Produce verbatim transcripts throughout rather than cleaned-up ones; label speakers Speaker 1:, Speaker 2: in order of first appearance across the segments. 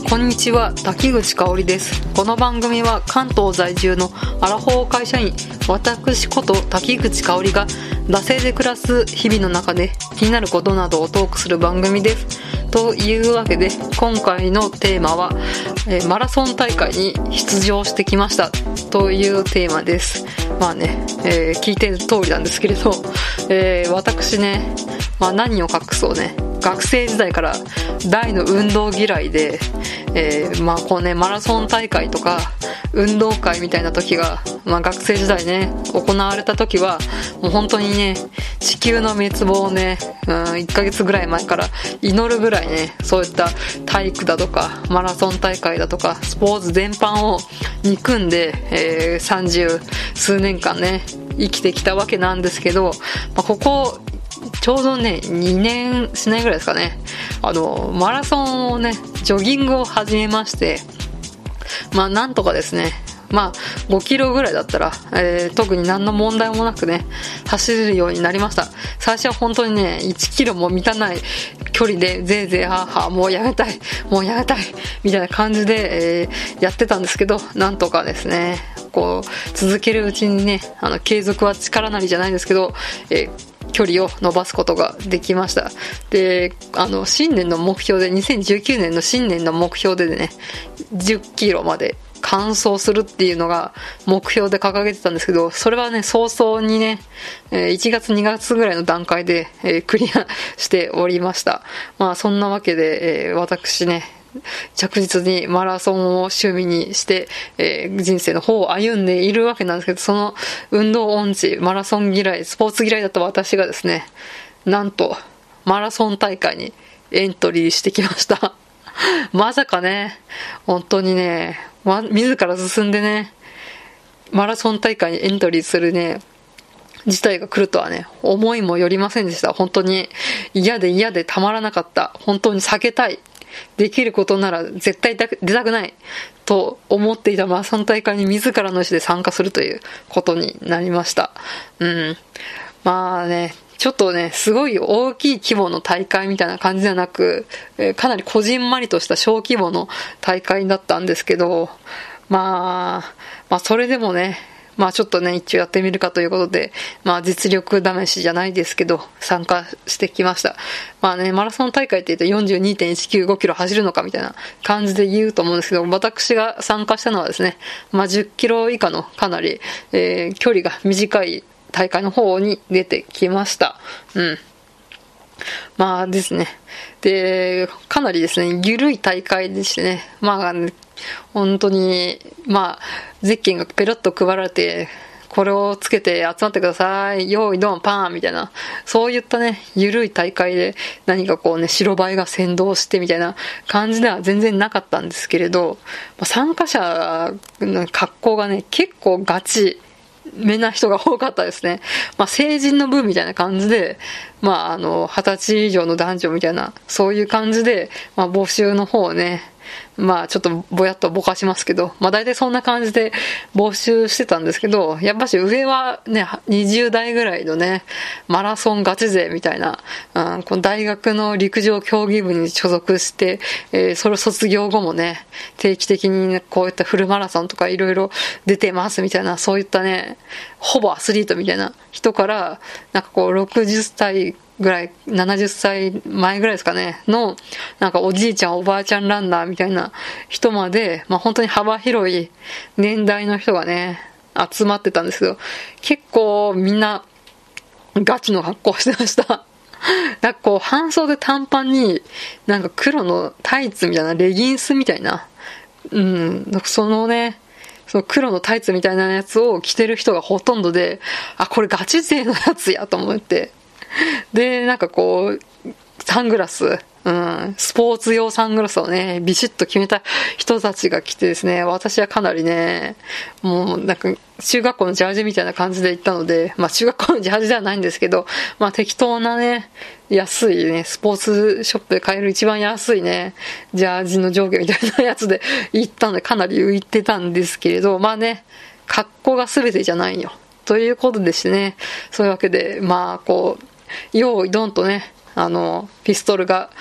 Speaker 1: こんにちは、滝口香織です。この番組は関東在住のアラフォー会社員、私こと滝口香織が惰性で暮らす日々の中で気になることなどをトークする番組です。というわけで、今回のテーマは、えー、マラソン大会に出場してきましたというテーマです。まあね、えー、聞いてる通りなんですけれど、えー、私ね、まあ、何を隠そうね、学生時代から大の運動嫌いで、えー、まあこうね、マラソン大会とか運動会みたいな時が、まあ、学生時代ね行われた時はもう本当にね、地球の滅亡をね、うん、いっかげつぐらい前から祈るぐらいね、そういった体育だとかマラソン大会だとかスポーツ全般を憎んで、えー、さんじゅう数年間ね生きてきたわけなんですけど、まあ、ここちょうどねにねんしないぐらいですかね、あのマラソンをねジョギングを始めまして、まあなんとかですね、まあごキロぐらいだったら、えー、特に何の問題もなくね走れるようになりました。最初は本当にねいちキロも満たない距離でぜいぜいはーはーもうやめたいもうやめたいみたいな感じで、えー、やってたんですけど、なんとかですねこう続けるうちにね、あの継続は力なりじゃないですけど、えー距離を伸ばすことができました。で、あの新年の目標でにせんじゅうきゅうねんの新年の目標でねじゅっキロまで完走するっていうのが目標で掲げてたんですけど、それはね早々にねいちがつにがつぐらいの段階でクリアしておりました。まあそんなわけで私ね着実にマラソンを趣味にして、えー、人生の方を歩んでいるわけなんですけど、その運動音痴、マラソン嫌い、スポーツ嫌いだった私がですね、なんとマラソン大会にエントリーしてきましたまさかね、本当にね、ま、自ら進んでねマラソン大会にエントリーするね事態が来るとはね思いもよりませんでした。本当に嫌で嫌でたまらなかった。本当に避けたい、できることなら絶対出たくないと思っていたマラソン大会に自らの意思で参加するということになりました。うん。まあね、ちょっとね、すごい大きい規模の大会みたいな感じではなく、えー、かなりこじんまりとした小規模の大会だったんですけど、まあ、まあそれでもね、まあちょっとね一応やってみるかということで、まあ実力試しじゃないですけど参加してきました。まあね、マラソン大会って言うと よんじゅうにてんいちきゅうごキロ走るのかみたいな感じで言うと思うんですけど、私が参加したのはですね、まあじゅっキロ以下のかなり、えー、距離が短い大会の方に出てきました。うん。まあですね。で、かなりですね、緩い大会でしてね、まあ、ね、本当に、まあ、ゼッケンがペロッと配られて、これをつけて集まってください、用意ドンパーンみたいな、そういったね、緩い大会で何かこうね、白バイが先導してみたいな感じでは全然なかったんですけれど、参加者の格好がね、結構ガチ、めな人が多かったですね。まあ、成人の分みたいな感じで、まあ、あの、二十歳以上の男女みたいな、そういう感じで、まあ、募集の方をね、まあ、ちょっとぼやっとぼかしますけど、まあ、大体そんな感じで募集してたんですけど、やっぱし上はね、にじゅう代ぐらいのね、マラソンガチ勢みたいな、うん、この大学の陸上競技部に所属して、えー、それを卒業後もね、定期的に、ね、こういったフルマラソンとかいろいろ出てますみたいな、そういったね、ほぼアスリートみたいな人から、なんかこうろくじゅっさいぐらい、ななじゅっさいまえぐらいですかね、の、なんかおじいちゃんおばあちゃんランナーみたいな人まで、まあ本当に幅広い年代の人がね、集まってたんですけど、結構みんなガチの格好してました。なんかこう半袖短パンになんか黒のタイツみたいな、レギンスみたいな、うん、そのね、その黒のタイツみたいなやつを着てる人がほとんどで、あ、これガチ勢のやつやと思って。で、なんかこう、サングラス、うん、スポーツ用サングラスをね、ビシッと決めた人たちが来てですね、私はかなりね、もうなんか中学校のジャージみたいな感じで行ったので、まあ中学校のジャージではないんですけど、まあ適当なね、安いね、スポーツショップで買える一番安いね、ジャージの上下みたいなやつで行ったのでかなり浮いてたんですけれど、まあね、格好が全てじゃないよ。ということでしてね、そういうわけで、まあこう、用意ドンとね、あのピストルが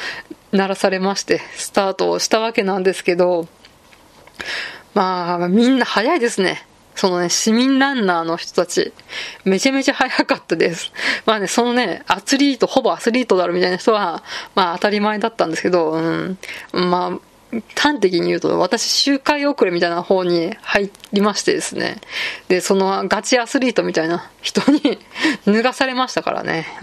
Speaker 1: 鳴らされまして、スタートをしたわけなんですけど、まあ、みんな早いですね。そのね、市民ランナーの人たち、めちゃめちゃ早かったです。まあね、そのね、アスリート、ほぼアスリートだろみたいな人は、まあ当たり前だったんですけど、うん、まあ、端的に言うと、私、周回遅れみたいな方に入りましてですね。で、そのガチアスリートみたいな人に脱がされましたからね。うん。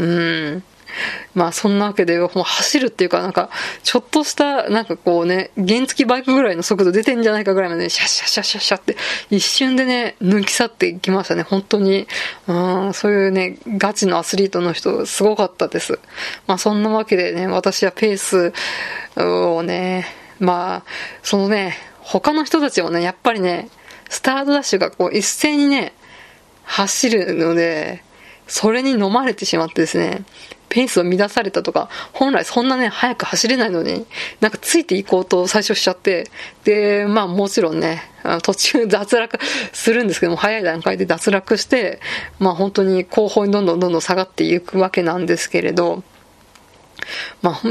Speaker 1: まあそんなわけで、もう走るっていうかなんか、ちょっとした、なんかこうね、原付バイクぐらいの速度出てんじゃないかぐらいまで、ね、シャッシャッシャッシャッシャッって一瞬でね、抜き去っていきましたね、本当に。うん、そういうね、ガチのアスリートの人、すごかったです。まあそんなわけでね、私はペースをね、まあ、そのね、他の人たちもね、やっぱりね、スタートダッシュがこう一斉にね、走るので、それに飲まれてしまってですね、ペースを乱されたとか、本来そんなね、早く走れないのに、なんかついていこうと最初しちゃって、で、まあもちろんね、途中脱落するんですけども、早い段階で脱落して、まあ本当に後方にどんどんどんどん下がっていくわけなんですけれど、まあ、うん、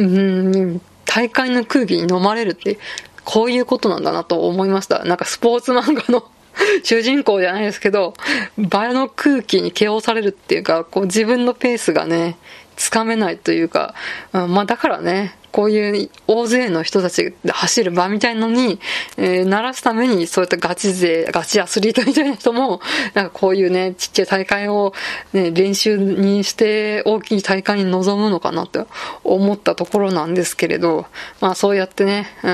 Speaker 1: 大会の空気に飲まれるって、こういうことなんだなと思いました。なんかスポーツ漫画の主人公じゃないですけど、場の空気に気をされるっていうか、こう自分のペースがね、つかめないというか、うん、まあだからね、こういう大勢の人たちで走る場みたいのに、えー、鳴らすためにそういったガチ勢、ガチアスリートみたいな人も、なんかこういうね、ちっちゃい大会を、ね、練習にして大きい大会に臨むのかなって思ったところなんですけれど、まあそうやってね、うん、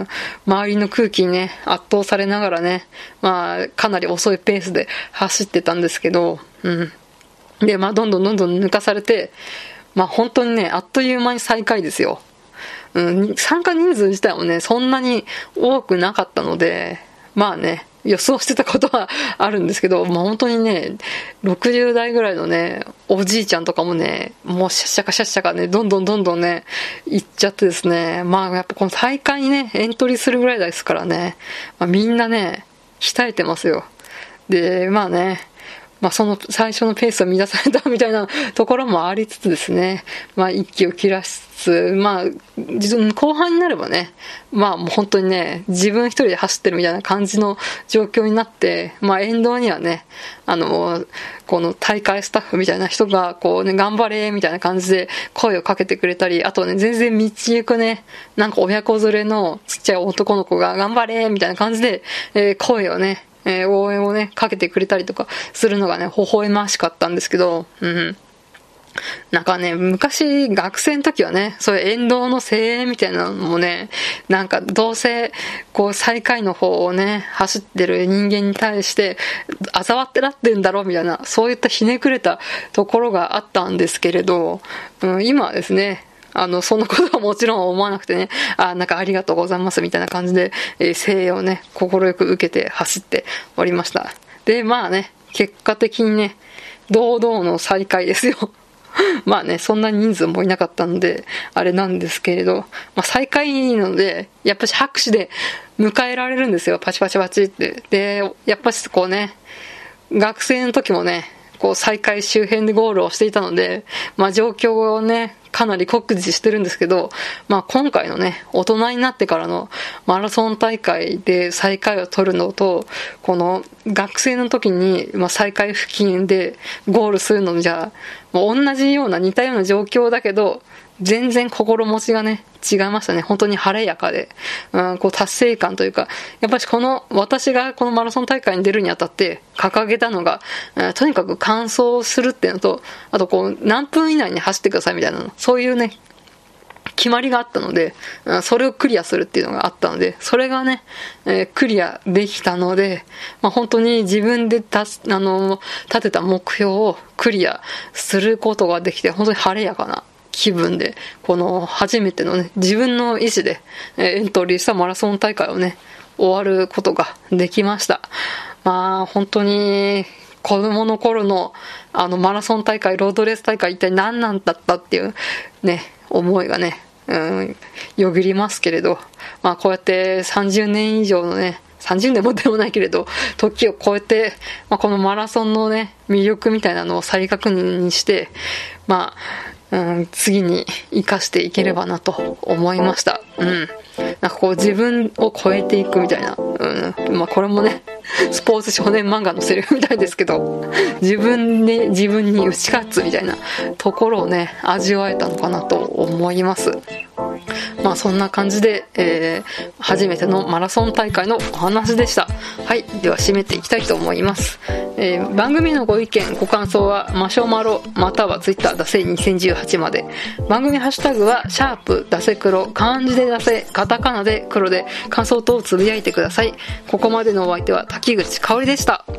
Speaker 1: 周りの空気にね、圧倒されながらね、まあかなり遅いペースで走ってたんですけど、うん。で、まあどんどんどんどん抜かされて、まあ本当にね、あっという間に最下位ですよ。うん、参加人数自体もね、そんなに多くなかったので、まあね、予想してたことはあるんですけど、まあ本当にね、ろくじゅう代ぐらいのね、おじいちゃんとかもね、もうシャッシャカシャッシャカね、どんどんどんどんね、行っちゃってですね、まあやっぱこの大会にね、エントリーするぐらいですからね、まあ、みんなね、鍛えてますよ。で、まあね、まあその最初のペースを乱されたみたいなところもありつつですね、まあ一気を切らしつつ、まあ後半になればね、まあもう本当にね、自分一人で走ってるみたいな感じの状況になって、まあ沿道にはね、あの、この大会スタッフみたいな人がこうね、頑張れみたいな感じで声をかけてくれたり、あとね、全然道行くね、なんか親子連れのちっちゃい男の子が頑張れみたいな感じで、えー、声をね、えー、応援をね、かけてくれたりとかするのがね、微笑ましかったんですけど、うん。なんかね、昔学生の時はね、そういう沿道の声援みたいなのもね、なんかどうせ、こう最下位の方をね、走ってる人間に対して、あざ笑ってらってんだろみたいな、そういったひねくれたところがあったんですけれど、うん、今はですね、あの、そんなことはもちろん思わなくてね、あ、なんかありがとうございますみたいな感じで、えー、声援をね、心よく受けて走っておりました。で、まあね、結果的にね、堂々の最下位ですよ。まあね、そんな人数もいなかったんで、あれなんですけれど、まあ最下位なので、やっぱし拍手で迎えられるんですよ、パチパチパチって。で、やっぱしこうね、学生の時もね、こう再開周辺でゴールをしていたので、まあ状況をね、かなり酷似してるんですけど、まあ今回のね、大人になってからのマラソン大会で最下位を取るのと、この学生の時に、まあ、最下位付近でゴールするのじゃ、もう同じような似たような状況だけど、全然心持ちがね、違いましたね。本当に晴れやかで、うん、こう達成感というか、やっぱりこの、私がこのマラソン大会に出るにあたって掲げたのが、うん、とにかく完走するっていうのと、あとこう、何分以内に走ってくださいみたいなの、そういうね、決まりがあったので、うん、それをクリアするっていうのがあったので、それがね、えー、クリアできたので、まあ、本当に自分でたす、あの、立てた目標をクリアすることができて、本当に晴れやかな気分で、この初めてのね、自分の意思でエントリーしたマラソン大会をね、終わることができました。まあ、本当に、子供の頃のあのマラソン大会、ロードレース大会一体何なんだったっていうね、思いがね、うん、よぎりますけれど、まあこうやってさんじゅうねん以上のね、さんじゅうねんもでもないけれど、時を超えて、まあ、このマラソンのね、魅力みたいなのを再確認して、まあ、 うん、次に生かしていければなと思いました。うん。なんかこう自分を超えていくみたいな。うん。まあこれもね、スポーツ少年漫画のセリフみたいですけど、自分で自分に打ち勝つみたいなところをね、味わえたのかなと思います。まあそんな感じで、えー、初めてのマラソン大会のお話でした。はい、では締めていきたいと思います。えー、番組のご意見ご感想はマシュマロまたはツイッターだせにせんじゅうはちまで。番組ハッシュタグはシャープだせ黒、漢字でだせ、カタカナで黒で感想等をつぶやいてください。ここまでのお相手は滝口香織でした。